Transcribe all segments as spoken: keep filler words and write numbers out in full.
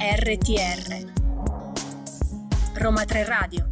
R T R Roma tre Radio.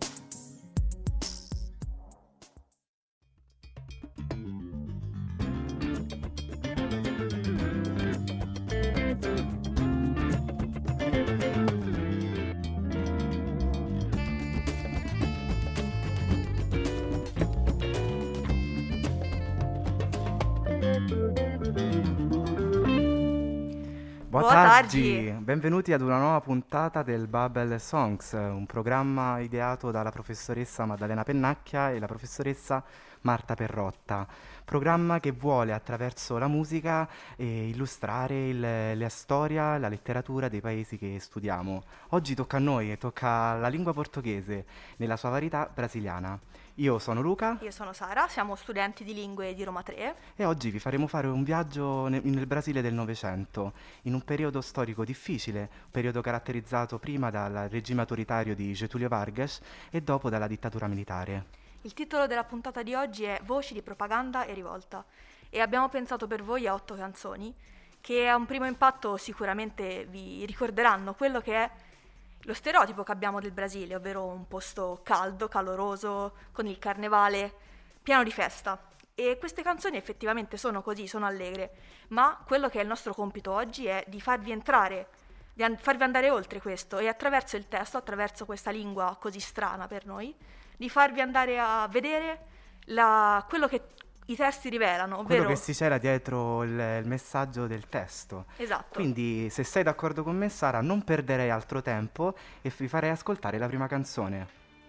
Buona tardi, benvenuti ad una nuova puntata del Bubble Songs, un programma ideato dalla professoressa Maddalena Pennacchia e la professoressa Marta Perrotta. Programma che vuole attraverso la musica eh, illustrare il, la storia, la letteratura dei paesi che studiamo. Oggi tocca a noi, tocca la lingua portoghese nella sua varietà brasiliana. Io sono Luca. Io sono Sara, siamo studenti di lingue di Roma tre. E oggi vi faremo fare un viaggio ne- nel Brasile del Novecento, in un periodo storico difficile, un periodo caratterizzato prima dal regime autoritario di Getúlio Vargas e dopo dalla dittatura militare. Il titolo della puntata di oggi è Voci di propaganda e rivolta e abbiamo pensato per voi a otto canzoni che a un primo impatto sicuramente vi ricorderanno quello che è lo stereotipo che abbiamo del Brasile, ovvero un posto caldo, caloroso, con il carnevale, pieno di festa. E queste canzoni effettivamente sono così, sono allegre, ma quello che è il nostro compito oggi è di farvi entrare, di an- farvi andare oltre questo e attraverso il testo, attraverso questa lingua così strana per noi, di farvi andare a vedere la, quello che i testi rivelano, ovvero quello che si c'era dietro il, il messaggio del testo. Esatto. Quindi, se sei d'accordo con me, Sara, non perderei altro tempo e vi farei ascoltare la prima canzone.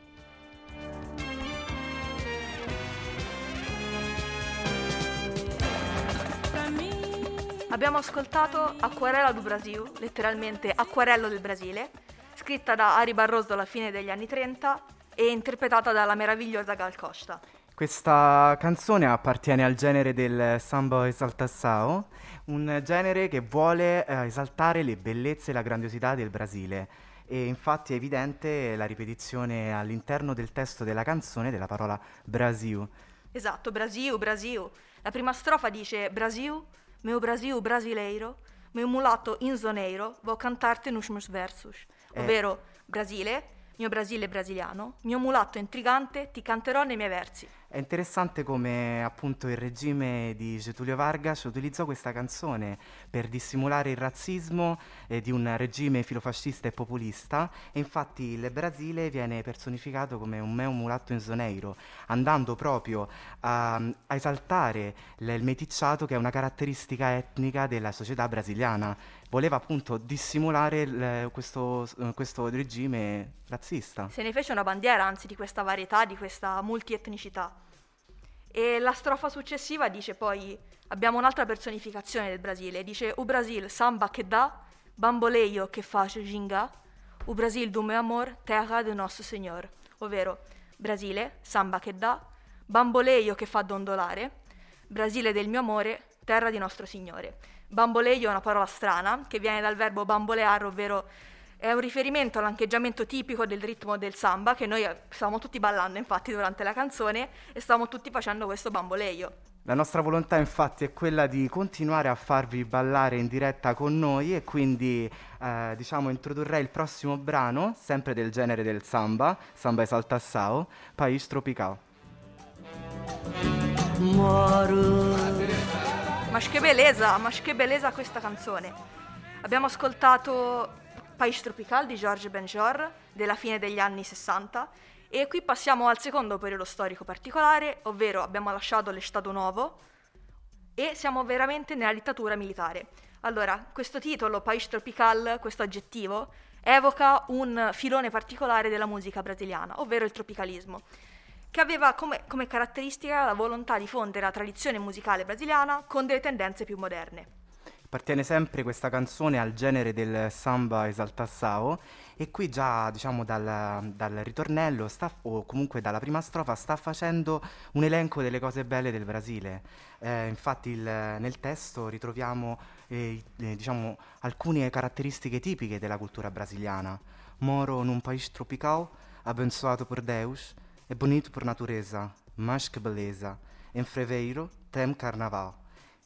Abbiamo ascoltato Acquarela do Brasil, letteralmente Acquarello del Brasile, scritta da Ari Barroso alla fine degli anni trenta e interpretata dalla meravigliosa Gal Costa. Questa canzone appartiene al genere del samba esaltação, un genere che vuole eh, esaltare le bellezze e la grandiosità del Brasile. E infatti è evidente la ripetizione all'interno del testo della canzone della parola Brasil. Esatto, Brasil, Brasil. La prima strofa dice Brasil, meu Brasil brasileiro, meu mulato inzoneiro, vou cantar-te nos meus versos. Ovvero, Brasile, mio Brasile brasiliano, mio mulatto intrigante, ti canterò nei miei versi. È interessante come appunto il regime di Getúlio Vargas utilizzò questa canzone per dissimulare il razzismo eh, di un regime filofascista e populista, e infatti il Brasile viene personificato come un meu mulatto inzoneiro, andando proprio a, a esaltare l- il meticciato, che è una caratteristica etnica della società brasiliana. Voleva appunto dissimulare il, questo, questo regime razzista. Se ne fece una bandiera, anzi, di questa varietà, di questa multietnicità. E la strofa successiva dice poi, abbiamo un'altra personificazione del Brasile, dice o Brasil samba che dà, bamboleio che fa ginga, o Brasil do meu amor, terra del nostro Signor. Ovvero, Brasile, samba che dà, bamboleio che fa dondolare, Brasile del mio amore, terra di nostro Signore. Bamboleio è una parola strana che viene dal verbo bamboleare, ovvero è un riferimento all'ancheggiamento tipico del ritmo del samba, che noi stavamo tutti ballando infatti durante la canzone e stavamo tutti facendo questo bamboleio. La nostra volontà infatti è quella di continuare a farvi ballare in diretta con noi, e quindi eh, diciamo introdurrei il prossimo brano, sempre del genere del samba, samba esaltação, País Tropical. Moro. Ma che bellezza, ma che bellezza questa canzone. Abbiamo ascoltato País Tropical di Jorge Benjor della fine degli anni sessanta e qui passiamo al secondo periodo storico particolare, ovvero abbiamo lasciato l'Estado Novo e siamo veramente nella dittatura militare. Allora, questo titolo, País Tropical, questo aggettivo, evoca un filone particolare della musica brasiliana, ovvero il tropicalismo, che aveva come, come caratteristica la volontà di fondere la tradizione musicale brasiliana con delle tendenze più moderne. Appartiene sempre questa canzone al genere del samba esaltação, e qui già diciamo dal, dal ritornello sta, o comunque dalla prima strofa sta facendo un elenco delle cose belle del Brasile. Eh, infatti il, nel testo ritroviamo eh, eh, diciamo alcune caratteristiche tipiche della cultura brasiliana. Moro num país tropical, abençoado por Deus, é bonito por natureza, mas que beleza, em fevereiro tem carnaval.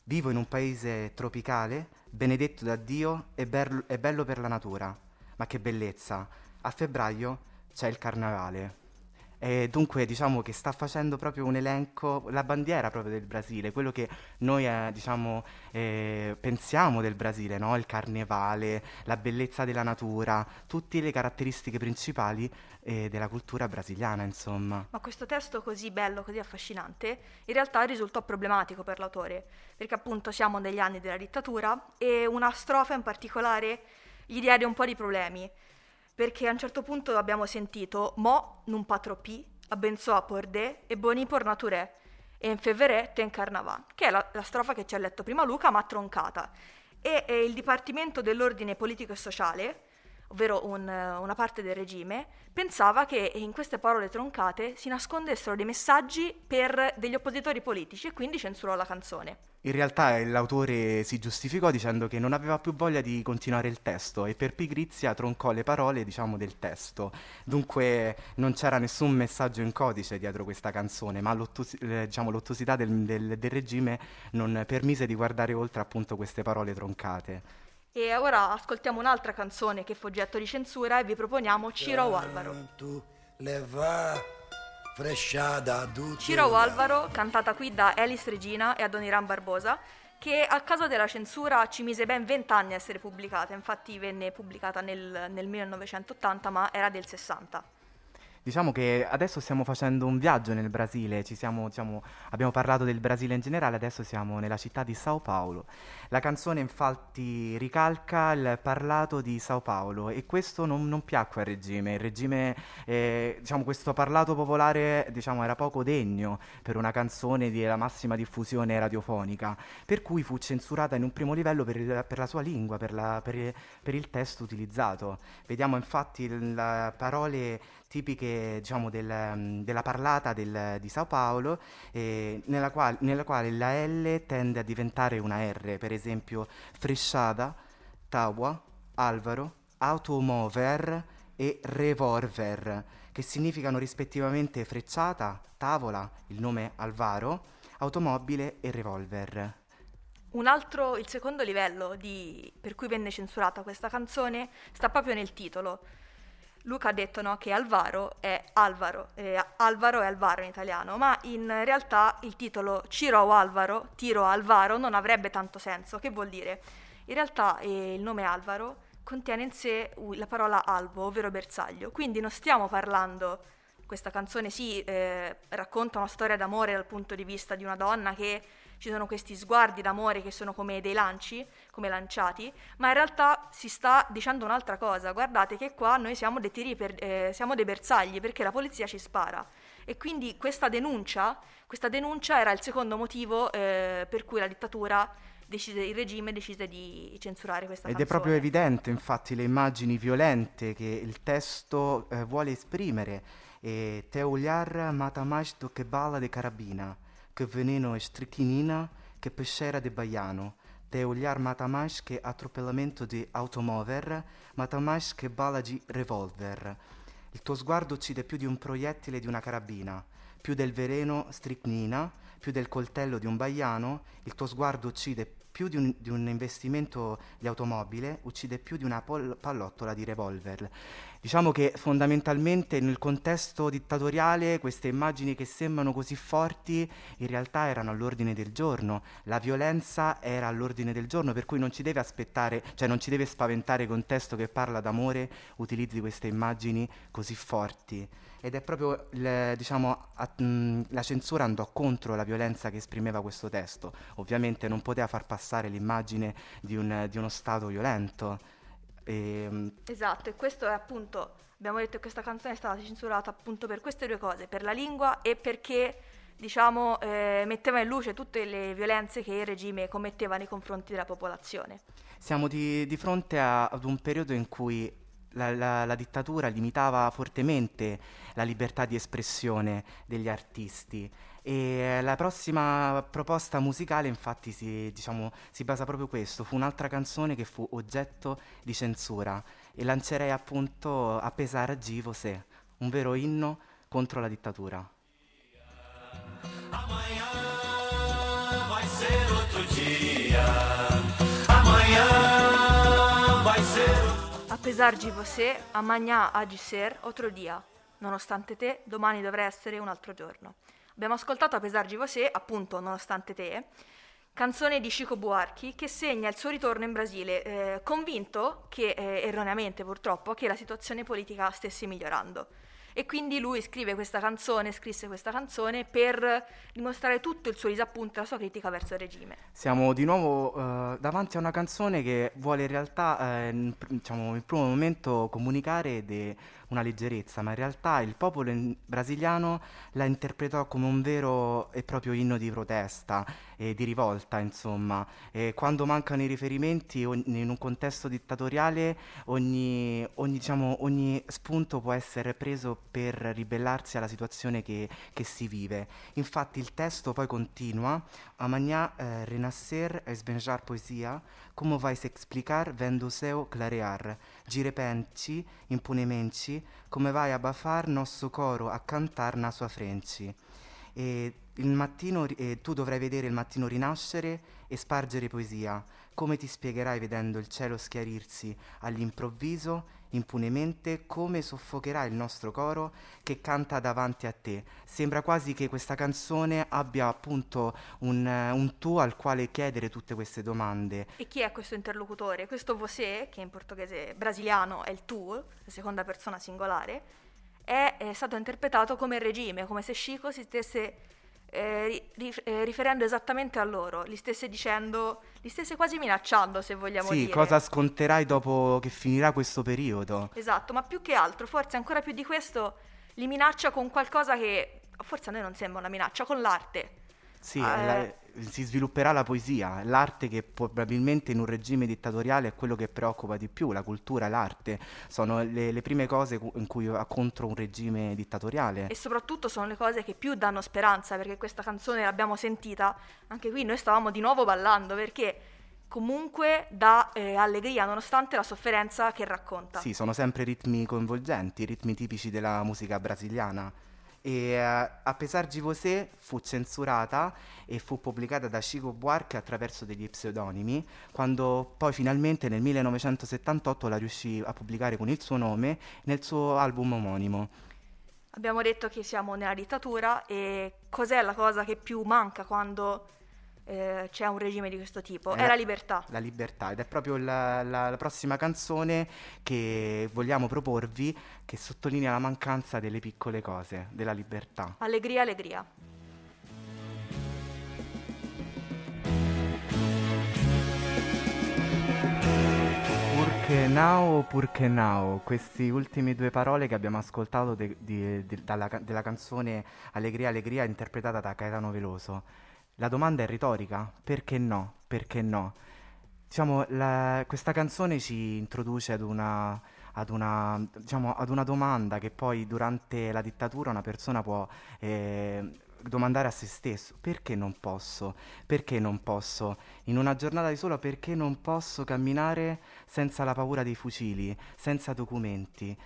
Vivo in un paese tropicale, benedetto da Dio e, ber- e bello per la natura. Ma che bellezza! A febbraio c'è il carnevale. E dunque diciamo che sta facendo proprio un elenco, la bandiera proprio del Brasile, quello che noi eh, diciamo eh, pensiamo del Brasile, no? Il carnevale, la bellezza della natura, tutte le caratteristiche principali eh, della cultura brasiliana, insomma. Ma questo testo così bello, così affascinante, in realtà risultò problematico per l'autore, perché appunto siamo negli anni della dittatura e una strofa in particolare gli diede un po' di problemi, perché a un certo punto abbiamo sentito «Mo non patropi, abençoa a pordè e boni por nature, e in fevverè ten carnavà», che è la, la strofa che ci ha letto prima Luca, ma troncata. E, e il Dipartimento dell'Ordine Politico e Sociale, ovvero un, una parte del regime, pensava che in queste parole troncate si nascondessero dei messaggi per degli oppositori politici e quindi censurò la canzone. In realtà l'autore si giustificò dicendo che non aveva più voglia di continuare il testo e per pigrizia troncò le parole, diciamo, del testo. Dunque non c'era nessun messaggio in codice dietro questa canzone, ma l'ottosi- eh, diciamo, l'ottosità del, del, del regime non permise di guardare oltre appunto queste parole troncate. E ora ascoltiamo un'altra canzone che fu oggetto di censura e vi proponiamo Ciro Álvaro. Ciro Álvaro, cantata qui da Elis Regina e Adoniran Barbosa, che a causa della censura ci mise ben vent'anni a essere pubblicata, infatti venne pubblicata nel, nel millenovecentottanta, ma era del sessanta. Diciamo che adesso stiamo facendo un viaggio nel Brasile, ci siamo, diciamo, abbiamo parlato del Brasile in generale, adesso siamo nella città di Sao Paulo. La canzone infatti ricalca il parlato di Sao Paulo e questo non, non piacque al regime. Il regime, eh, diciamo, questo parlato popolare, diciamo, era poco degno per una canzone di la massima diffusione radiofonica, per cui fu censurata in un primo livello per, il, per la sua lingua, per, la, per, per il testo utilizzato. Vediamo infatti le parole tipiche, diciamo, del, della parlata del, di Sao Paulo, eh, nella, qual, nella quale la L tende a diventare una R, per esempio frecciata, taua, Álvaro, automover e revolver, che significano rispettivamente frecciata, tavola, il nome Alvaro, automobile e revolver. Un altro, il secondo livello di, per cui venne censurata questa canzone sta proprio nel titolo. Luca ha detto, no, che Alvaro è Alvaro, eh, Alvaro è Alvaro in italiano, ma in realtà il titolo Ciro Álvaro, Tiro Alvaro, non avrebbe tanto senso. Che vuol dire? In realtà eh, il nome Alvaro contiene in sé uh, la parola albo, ovvero bersaglio, quindi non stiamo parlando, questa canzone sì, eh, racconta una storia d'amore dal punto di vista di una donna che ci sono questi sguardi d'amore che sono come dei lanci, come lanciati, ma in realtà si sta dicendo un'altra cosa. Guardate che qua noi siamo dei tiri per, eh, siamo dei bersagli perché la polizia ci spara. E quindi questa denuncia, questa denuncia era il secondo motivo eh, per cui la dittatura decise, il regime decise di censurare questa Ed canzone. è proprio evidente infatti le immagini violente che il testo eh, vuole esprimere. E te olhar mata mais do che bala de carabina, che veneno e strichinina, che pescera de baiano. Te olhar mata mais che atropellamento di automover, mata mais che bala di revolver. Il tuo sguardo uccide più di un proiettile di una carabina, più del veleno stricnina, più del coltello di un baiano. Il tuo sguardo uccide più di un, di un investimento di automobile, uccide più di una pol- pallottola di revolver. Diciamo che fondamentalmente nel contesto dittatoriale queste immagini che sembrano così forti in realtà erano all'ordine del giorno, la violenza era all'ordine del giorno, per cui non ci deve aspettare, cioè non ci deve spaventare che un testo che parla d'amore utilizzi queste immagini così forti. Ed è proprio, il, diciamo, a, mh, la censura andò contro la violenza che esprimeva questo testo. Ovviamente non poteva far passare l'immagine di, un, di uno stato violento. E, esatto, e questo è appunto, abbiamo detto che questa canzone è stata censurata appunto per queste due cose, per la lingua e perché, diciamo, eh, metteva in luce tutte le violenze che il regime commetteva nei confronti della popolazione. Siamo di, di fronte a, ad un periodo in cui La, la, la dittatura limitava fortemente la libertà di espressione degli artisti e la prossima proposta musicale infatti si, diciamo, si basa proprio questo, fu un'altra canzone che fu oggetto di censura e lancerei appunto A pesar de você, un vero inno contro la dittatura. Amanhã vai ser outro dia. pesar di você, amanhã há de ser outro dia. Nonostante te, domani dovrà essere un altro giorno. Abbiamo ascoltato A pesar di você, appunto Nonostante te, canzone di Chico Buarque che segna il suo ritorno in Brasile, eh, convinto che, eh, erroneamente purtroppo, che la situazione politica stesse migliorando. E quindi lui scrive questa canzone, scrisse questa canzone per dimostrare tutto il suo disappunto e la sua critica verso il regime. Siamo di nuovo eh, davanti a una canzone che vuole in realtà, eh, in, pr- diciamo, in primo momento comunicare de- una leggerezza, ma in realtà il popolo in- brasiliano la interpretò come un vero e proprio inno di protesta e di rivolta, insomma. E quando mancano i riferimenti ogni- in un contesto dittatoriale, ogni, ogni, diciamo, ogni spunto può essere preso per ribellarsi alla situazione che, che si vive. Infatti il testo poi continua: amanhã eh, renascer, esbanjar poesia, como vai se explicar vendo o céu clarear, de repente, impunemente, come vai abafar nosso coro a cantar na sua frente. E il mattino, ri- e tu dovrai vedere il mattino rinascere e spargere poesia. Come ti spiegherai vedendo il cielo schiarirsi all'improvviso, impunemente, come soffocherà il nostro coro che canta davanti a te. Sembra quasi che questa canzone abbia appunto un, eh, un tu al quale chiedere tutte queste domande. E chi è questo interlocutore? Questo você, che in portoghese brasiliano è il tu, la seconda persona singolare, è, è stato interpretato come il regime, come se Chico si stesse eh, ri- ri- eh, riferendo esattamente a loro, li stesse dicendo, li stesse quasi minacciando, se vogliamo Sì, dire. cosa sconterai dopo che finirà questo periodo? Esatto, ma più che altro, forse ancora più di questo, li minaccia con qualcosa che forse a noi non sembra una minaccia, con l'arte. Sì, Ah, è la- eh, si svilupperà la poesia, l'arte che probabilmente in un regime dittatoriale è quello che preoccupa di più, la cultura, l'arte, sono le, le prime cose cu- in cui va contro un regime dittatoriale. E soprattutto sono le cose che più danno speranza, perché questa canzone l'abbiamo sentita, anche qui noi stavamo di nuovo ballando, perché comunque dà eh, allegria nonostante la sofferenza che racconta. Sì, sono sempre ritmi coinvolgenti, ritmi tipici della musica brasiliana. E eh, A pesar di você fu censurata e fu pubblicata da Chico Buarque attraverso degli pseudonimi, quando poi finalmente nel millenovecentosettantotto la riuscì a pubblicare con il suo nome nel suo album omonimo. Abbiamo detto che siamo nella dittatura e cos'è la cosa che più manca quando eh, c'è un regime di questo tipo? È È la- la libertà. La libertà, ed è proprio la, la- la prossima canzone che vogliamo proporvi, che sottolinea la mancanza delle piccole cose, della libertà. Allegria, allegria. Purché now, purché now, queste ultime due parole che abbiamo ascoltato de- di- de- dalla ca- della canzone Allegria, Allegria interpretata da Caetano Veloso. La domanda è retorica, perché no? Perché no? Diciamo, la- questa canzone ci introduce ad una, ad una, diciamo, ad una domanda che poi durante la dittatura una persona può eh, domandare a se stesso: perché non posso? Perché non posso? In una giornata di sole, perché non posso camminare senza la paura dei fucili, senza documenti?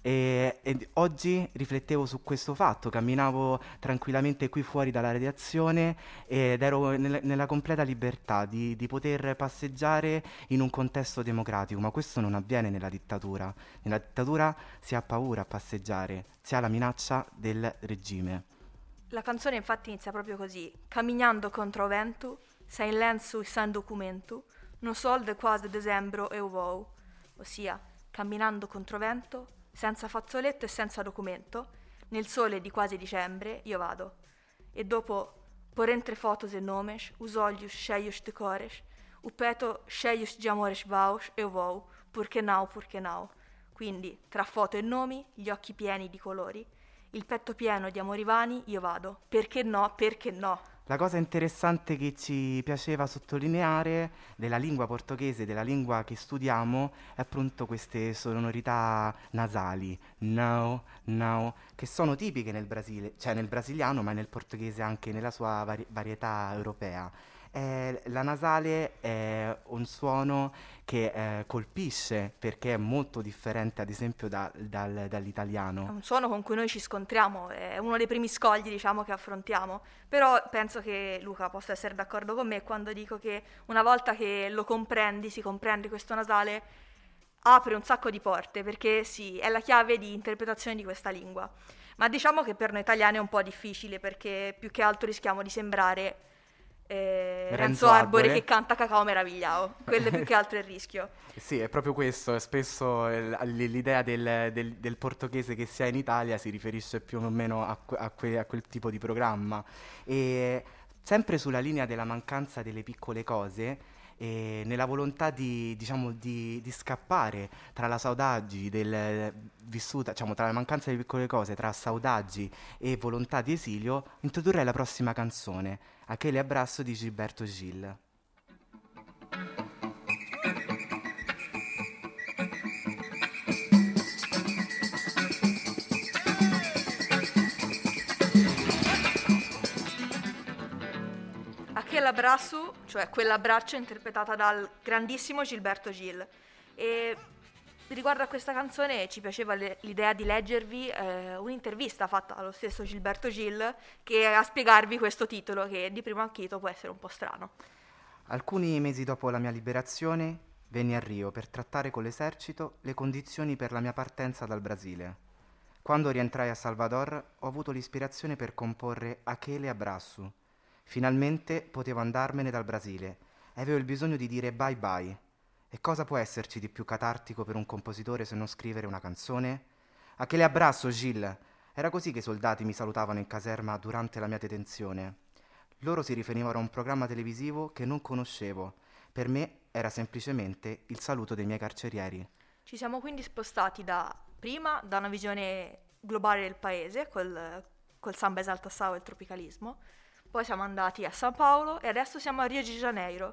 E, e oggi riflettevo su questo fatto, camminavo tranquillamente qui fuori dalla redazione ed ero nel- nella completa libertà di, di poter passeggiare in un contesto democratico, ma questo non avviene nella dittatura. Nella dittatura si ha paura a passeggiare, si ha la minaccia del regime. La canzone infatti inizia proprio così: camminando contro o vento, sem lenço e sem documento, no sol de quasi dezembro eu vou. Ossia, camminando contro vento, senza fazzoletto e senza documento, nel sole di quasi dicembre io vado. E dopo, por entre fotos e nomes, os olhos cheios de cores, o peto cheios de amores vaus, eu vou, porque não, porque não. Quindi, tra foto e nomi, gli occhi pieni di colori, il petto pieno di amori vani, io vado. Perché no, perché no? La cosa interessante che ci piaceva sottolineare della lingua portoghese, della lingua che studiamo, è appunto queste sonorità nasali, no, no, che sono tipiche nel Brasile, cioè nel brasiliano, ma nel portoghese anche nella sua vari- varietà europea. Eh, la nasale è un suono che eh, colpisce perché è molto differente, ad esempio, da- dal- È dall'italiano. un suono con cui noi ci scontriamo, è uno dei primi scogli, diciamo, che affrontiamo. Però penso che Luca possa essere d'accordo con me quando dico che una volta che lo comprendi, si comprende questo nasale, apre un sacco di porte, perché sì, è la chiave di interpretazione di questa lingua. Ma diciamo che per noi italiani è un po' difficile, perché più che altro rischiamo di sembrare eh, Renzo Renzo Arbore Arbore. che canta Cacao Meravigliao. Quello è più che altro il rischio. Sì, è proprio questo, spesso eh, l- l'idea del, del- del portoghese che si ha in Italia si riferisce più o meno a, que- a que- a quel tipo di programma. E sempre sulla linea della mancanza delle piccole cose, e nella volontà di, diciamo, di, di scappare tra la saudade del vissuta, diciamo, tra la mancanza delle piccole cose, tra saudade e volontà di esilio, introdurrei la prossima canzone, Aquele Abraço di Gilberto Gil. Aquel Abraço, cioè quell'abbraccio, interpretata dal grandissimo Gilberto Gil. E riguardo a questa canzone ci piaceva le- l'idea di leggervi eh, un'intervista fatta dallo stesso Gilberto Gil che a spiegarvi questo titolo che di primo acchito può essere un po' strano. Alcuni mesi dopo la mia liberazione venni a Rio per trattare con l'esercito le condizioni per la mia partenza dal Brasile. Quando rientrai a Salvador ho avuto l'ispirazione per comporre Aquele Abraço. Finalmente potevo andarmene dal Brasile e avevo il bisogno di dire bye bye. E cosa può esserci di più catartico per un compositore se non scrivere una canzone? Aquele Abraço, Gil! Era così che i soldati mi salutavano in caserma durante la mia detenzione. Loro si riferivano a un programma televisivo che non conoscevo. Per me era semplicemente il saluto dei miei carcerieri. Ci siamo quindi spostati da prima da una visione globale del paese col, col samba esaltação e il tropicalismo, poi siamo andati a San Paolo e adesso siamo a Rio de Janeiro.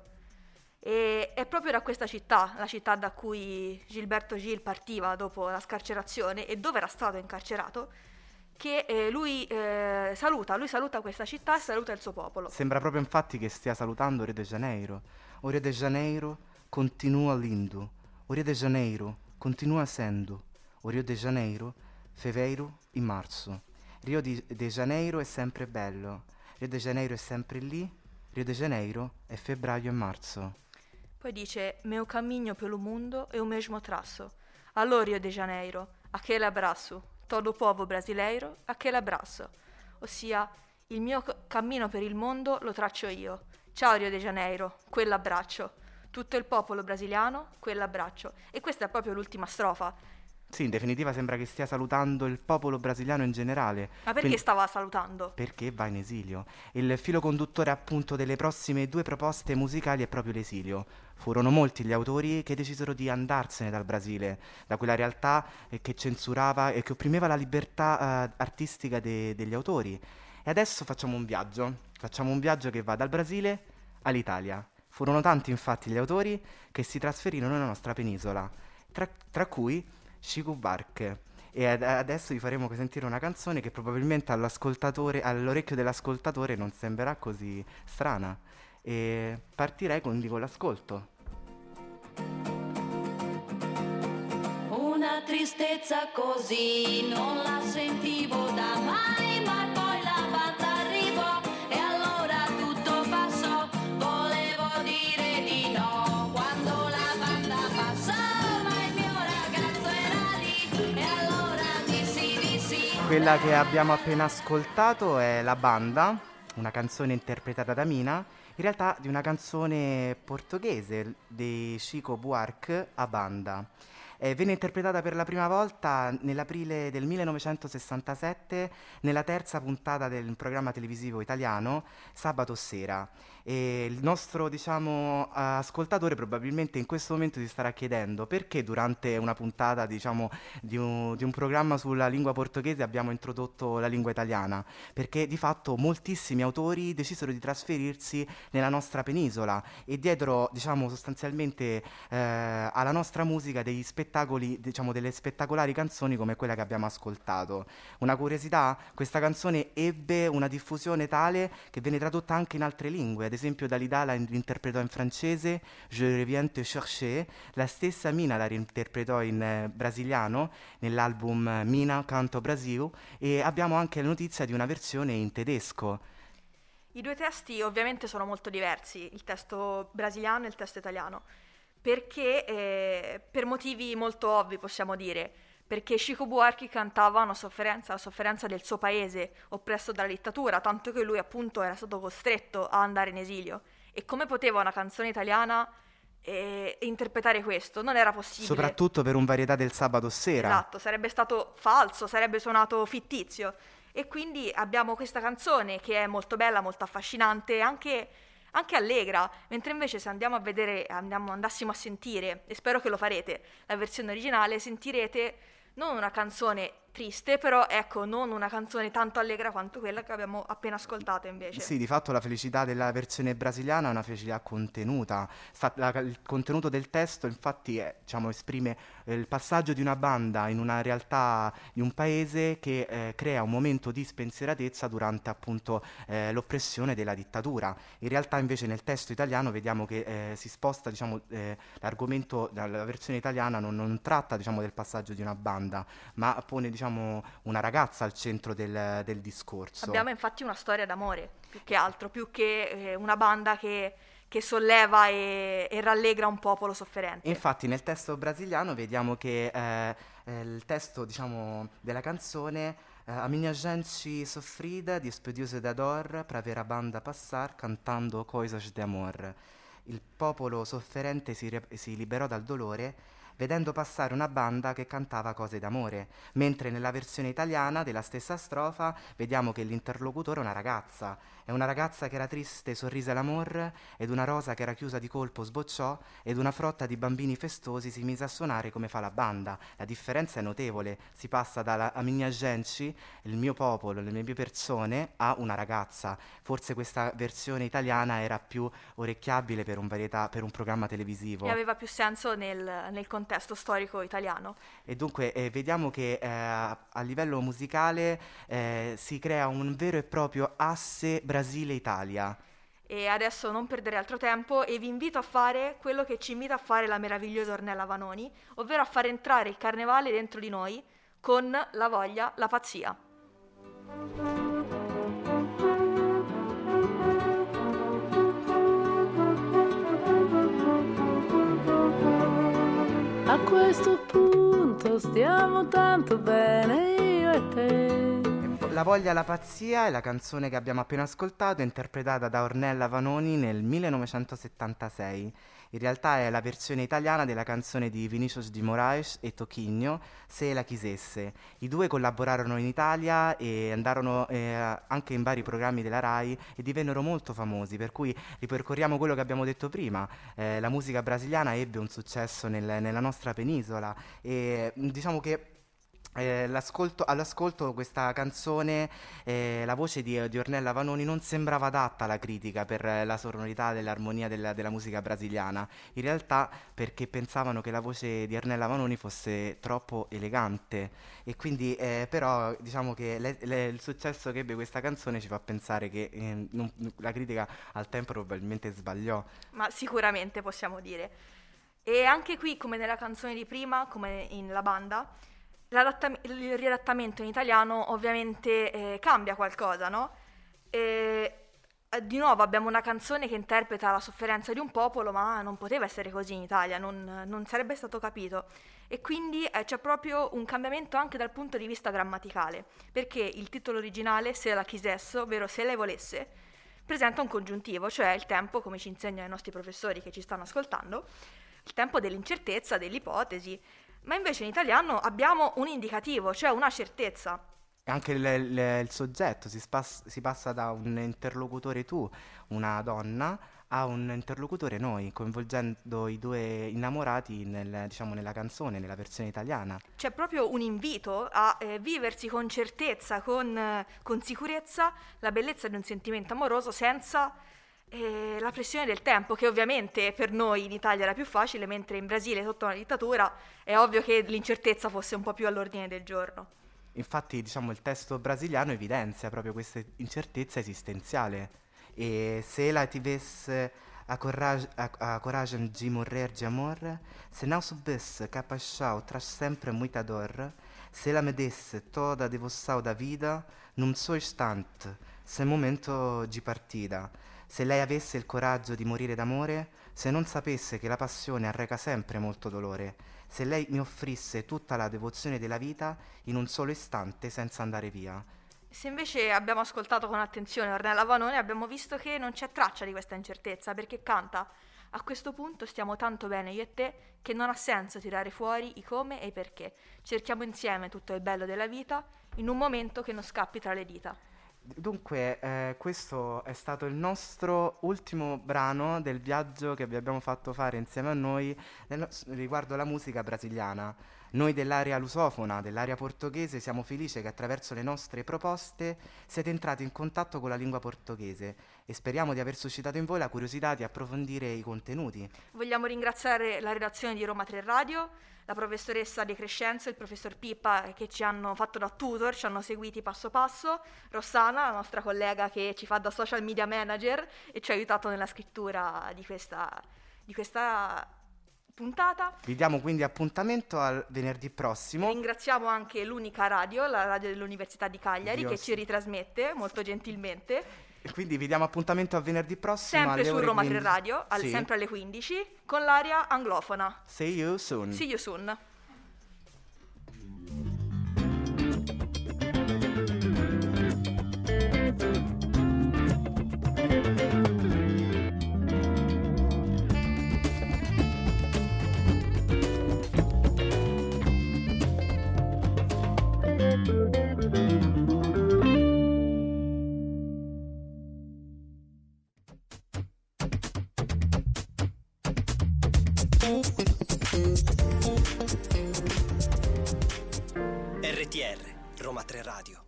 E è proprio da questa città, la città da cui Gilberto Gil partiva dopo la scarcerazione e dove era stato incarcerato, che eh, lui eh, saluta, lui saluta questa città e saluta il suo popolo. Sembra proprio infatti che stia salutando Rio de Janeiro. O Rio de Janeiro continua lindo. O Rio de Janeiro continua sendo. O Rio de Janeiro, fevereiro e marzo. Rio di, de Janeiro è sempre bello. Rio de Janeiro è sempre lì. Rio de Janeiro è febbraio e marzo. Poi dice, meu cammino pelo mundo é o mesmo traço. Allo Rio de Janeiro, aquele abraço. Todo povo brasileiro, aquele abraço. Ossia, il mio c- cammino per il mondo lo traccio io. Ciao Rio de Janeiro, quell'abbraccio. Tutto il popolo brasiliano, quell'abbraccio. E questa è proprio l'ultima strofa. Sì, in definitiva sembra che stia salutando il popolo brasiliano in generale. Ma perché Quindi- stava salutando? Perché va in esilio. Il filo conduttore appunto delle prossime due proposte musicali è proprio l'esilio. Furono molti gli autori che decisero di andarsene dal Brasile, da quella realtà eh, che censurava e che opprimeva la libertà eh, artistica de- degli autori. E adesso facciamo un viaggio, facciamo un viaggio che va dal Brasile all'Italia. Furono tanti infatti gli autori che si trasferirono nella nostra penisola, tra, tra cui Chico Buarque. E ad- adesso vi faremo sentire una canzone che probabilmente all'ascoltatore, all'orecchio dell'ascoltatore non sembrerà così strana. E partirei quindi con l'ascolto. Una tristezza così non la sentivo da mai, ma poi la banda arrivò e allora tutto passò. Volevo dire di no quando la banda passò, ma il mio ragazzo era lì e allora dissi di sì. Quella che abbiamo appena ascoltato è La Banda, una canzone interpretata da Mina, in realtà di una canzone portoghese di Chico Buarque, A Banda. Eh, venne interpretata per la prima volta nell'aprile del millenovecentosessantasette nella terza puntata del programma televisivo italiano Sabato Sera. E il nostro, diciamo, ascoltatore probabilmente in questo momento si starà chiedendo perché durante una puntata, diciamo, di un, di un programma sulla lingua portoghese abbiamo introdotto la lingua italiana, perché di fatto moltissimi autori decisero di trasferirsi nella nostra penisola e diedero, diciamo, sostanzialmente eh, alla nostra musica degli spettacoli, diciamo, delle spettacolari canzoni come quella che abbiamo ascoltato. Una curiosità, questa canzone ebbe una diffusione tale che venne tradotta anche in altre lingue. Ad esempio Dalida la interpretò in francese, Je reviens te chercher, la stessa Mina la reinterpretò in eh, brasiliano nell'album eh, Mina Canto Brasil, e abbiamo anche la notizia di una versione in tedesco. I due testi ovviamente sono molto diversi, il testo brasiliano e il testo italiano, perché eh, per motivi molto ovvi, possiamo dire, perché Chico Buarque cantava una sofferenza, la sofferenza del suo paese oppresso dalla dittatura, tanto che lui appunto era stato costretto a andare in esilio. E come poteva una canzone italiana eh, interpretare questo? Non era possibile. Soprattutto per un varietà del sabato sera. Esatto, sarebbe stato falso, sarebbe suonato fittizio. E quindi abbiamo questa canzone che è molto bella, molto affascinante, anche, anche allegra, mentre invece se andiamo a vedere, andiamo, andassimo a sentire, e spero che lo farete, la versione originale, sentirete non una canzone triste, però ecco, non una canzone tanto allegra quanto quella che abbiamo appena ascoltato invece. Sì, di fatto la felicità della versione brasiliana è una felicità contenuta. Sta- la- il contenuto del testo infatti è, diciamo, esprime eh, il passaggio di una banda in una realtà di un paese che eh, crea un momento di spensieratezza durante appunto eh, l'oppressione della dittatura. In realtà invece nel testo italiano vediamo che eh, si sposta, diciamo, eh, l'argomento dalla versione italiana non, non tratta, diciamo, del passaggio di una banda, ma pone, diciamo, una ragazza al centro del, del discorso. Abbiamo infatti una storia d'amore, più che altro, più che eh, una banda che, che solleva e, e rallegra un popolo sofferente. Infatti nel testo brasiliano vediamo che eh, eh, il testo, diciamo, della canzone eh, a minha gente sofrida despediu-se da dor pra ver a banda passar cantando coisas de amor. Il popolo sofferente si, re- si liberò dal dolore vedendo passare una banda che cantava cose d'amore, mentre nella versione italiana della stessa strofa vediamo che l'interlocutore è una ragazza. È una ragazza che era triste, sorrise l'amor, ed una rosa che era chiusa di colpo sbocciò, ed una frotta di bambini festosi si mise a suonare come fa la banda. La differenza è notevole, si passa dalla a minha gente, il mio popolo, le mie persone, a una ragazza. Forse questa versione italiana era più orecchiabile per un, varietà, per un programma televisivo. E aveva più senso nel, nel contesto storico italiano. E dunque eh, vediamo che eh, a livello musicale eh, si crea un vero e proprio asse Brasile-Italia. E adesso non perdere altro tempo e vi invito a fare quello che ci invita a fare la meravigliosa Ornella Vanoni, ovvero a far entrare il carnevale dentro di noi con la voglia, la pazzia. A questo punto stiamo tanto bene io e te. La voglia alla pazzia è la canzone che abbiamo appena ascoltato, interpretata da Ornella Vanoni nel millenovecentosettantasei. In realtà è la versione italiana della canzone di Vinícius de Moraes e Toquinho, Se la quisesse. I due collaborarono in Italia e andarono eh, anche in vari programmi della Rai e divennero molto famosi, per cui ripercorriamo quello che abbiamo detto prima. Eh, la musica brasiliana ebbe un successo nel- nella nostra penisola e diciamo che Eh, l'ascolto, all'ascolto questa canzone, eh, la voce di, di Ornella Vanoni non sembrava adatta alla critica per eh, la sonorità dell'armonia della, della musica brasiliana, in realtà perché pensavano che la voce di Ornella Vanoni fosse troppo elegante e quindi eh, però diciamo che le, le, il successo che ebbe questa canzone ci fa pensare che eh, non- la critica al tempo probabilmente sbagliò. Ma sicuramente possiamo dire. E anche qui, come nella canzone di prima, come in La Banda, l'adattam- il riadattamento in italiano ovviamente eh, cambia qualcosa, no? E, eh, di nuovo abbiamo una canzone che interpreta la sofferenza di un popolo, ma non poteva essere così in Italia, non, non sarebbe stato capito. E quindi eh, c'è proprio un cambiamento anche dal punto di vista grammaticale, perché il titolo originale, Se la quisesse, ovvero Se lei volesse, presenta un congiuntivo, cioè il tempo, come ci insegnano i nostri professori che ci stanno ascoltando, il tempo dell'incertezza, dell'ipotesi, ma invece in italiano abbiamo un indicativo, cioè una certezza. E anche il, il- il soggetto, si, spas- si passa da un interlocutore tu, una donna, a un interlocutore noi, coinvolgendo i due innamorati nel- diciamo, nella canzone, nella versione italiana. C'è proprio un invito a eh, viversi con certezza, con, eh, con sicurezza, la bellezza di un sentimento amoroso senza eh, la pressione del tempo, che ovviamente per noi in Italia era più facile, mentre in Brasile, sotto una dittatura, è ovvio che l'incertezza fosse un po' più all'ordine del giorno. Infatti, diciamo, il testo brasiliano evidenzia proprio questa incertezza esistenziale. E se ela tivesse a, corrag- a, a coragem de morrer de amor, se não soubesse que a paixão traz sempre muita dor, se ela me desse toda a devoção da vida, num só istante, sem momento de partita, se lei avesse il coraggio di morire d'amore, se non sapesse che la passione arreca sempre molto dolore, se lei mi offrisse tutta la devozione della vita in un solo istante senza andare via. Se invece abbiamo ascoltato con attenzione Ornella Vanoni, abbiamo visto che non c'è traccia di questa incertezza, perché canta: a questo punto stiamo tanto bene io e te che non ha senso tirare fuori i come e i perché. Cerchiamo insieme tutto il bello della vita in un momento che non scappi tra le dita. Dunque, eh, questo è stato il nostro ultimo brano del viaggio che vi abbiamo fatto fare insieme a noi nel no- riguardo alla musica brasiliana. Noi dell'area lusofona, dell'area portoghese, siamo felici che attraverso le nostre proposte siete entrati in contatto con la lingua portoghese e speriamo di aver suscitato in voi la curiosità di approfondire i contenuti. Vogliamo ringraziare la redazione di Roma tre Radio, la professoressa De Crescenzo e il professor Pippa che ci hanno fatto da tutor, ci hanno seguiti passo passo, Rossana, la nostra collega che ci fa da social media manager e ci ha aiutato nella scrittura di questa, di questa puntata. Vi diamo quindi appuntamento al venerdì prossimo. Ringraziamo anche l'Unica Radio, la radio dell'Università di Cagliari, Dio che sì. ci ritrasmette molto gentilmente. E quindi vi diamo appuntamento a venerdì prossimo Sempre alle su ore Roma tre quindici. Radio, al- Sì. sempre alle quindici, con l'aria anglofona. See you soon. See you soon. R T R, Roma tre Radio.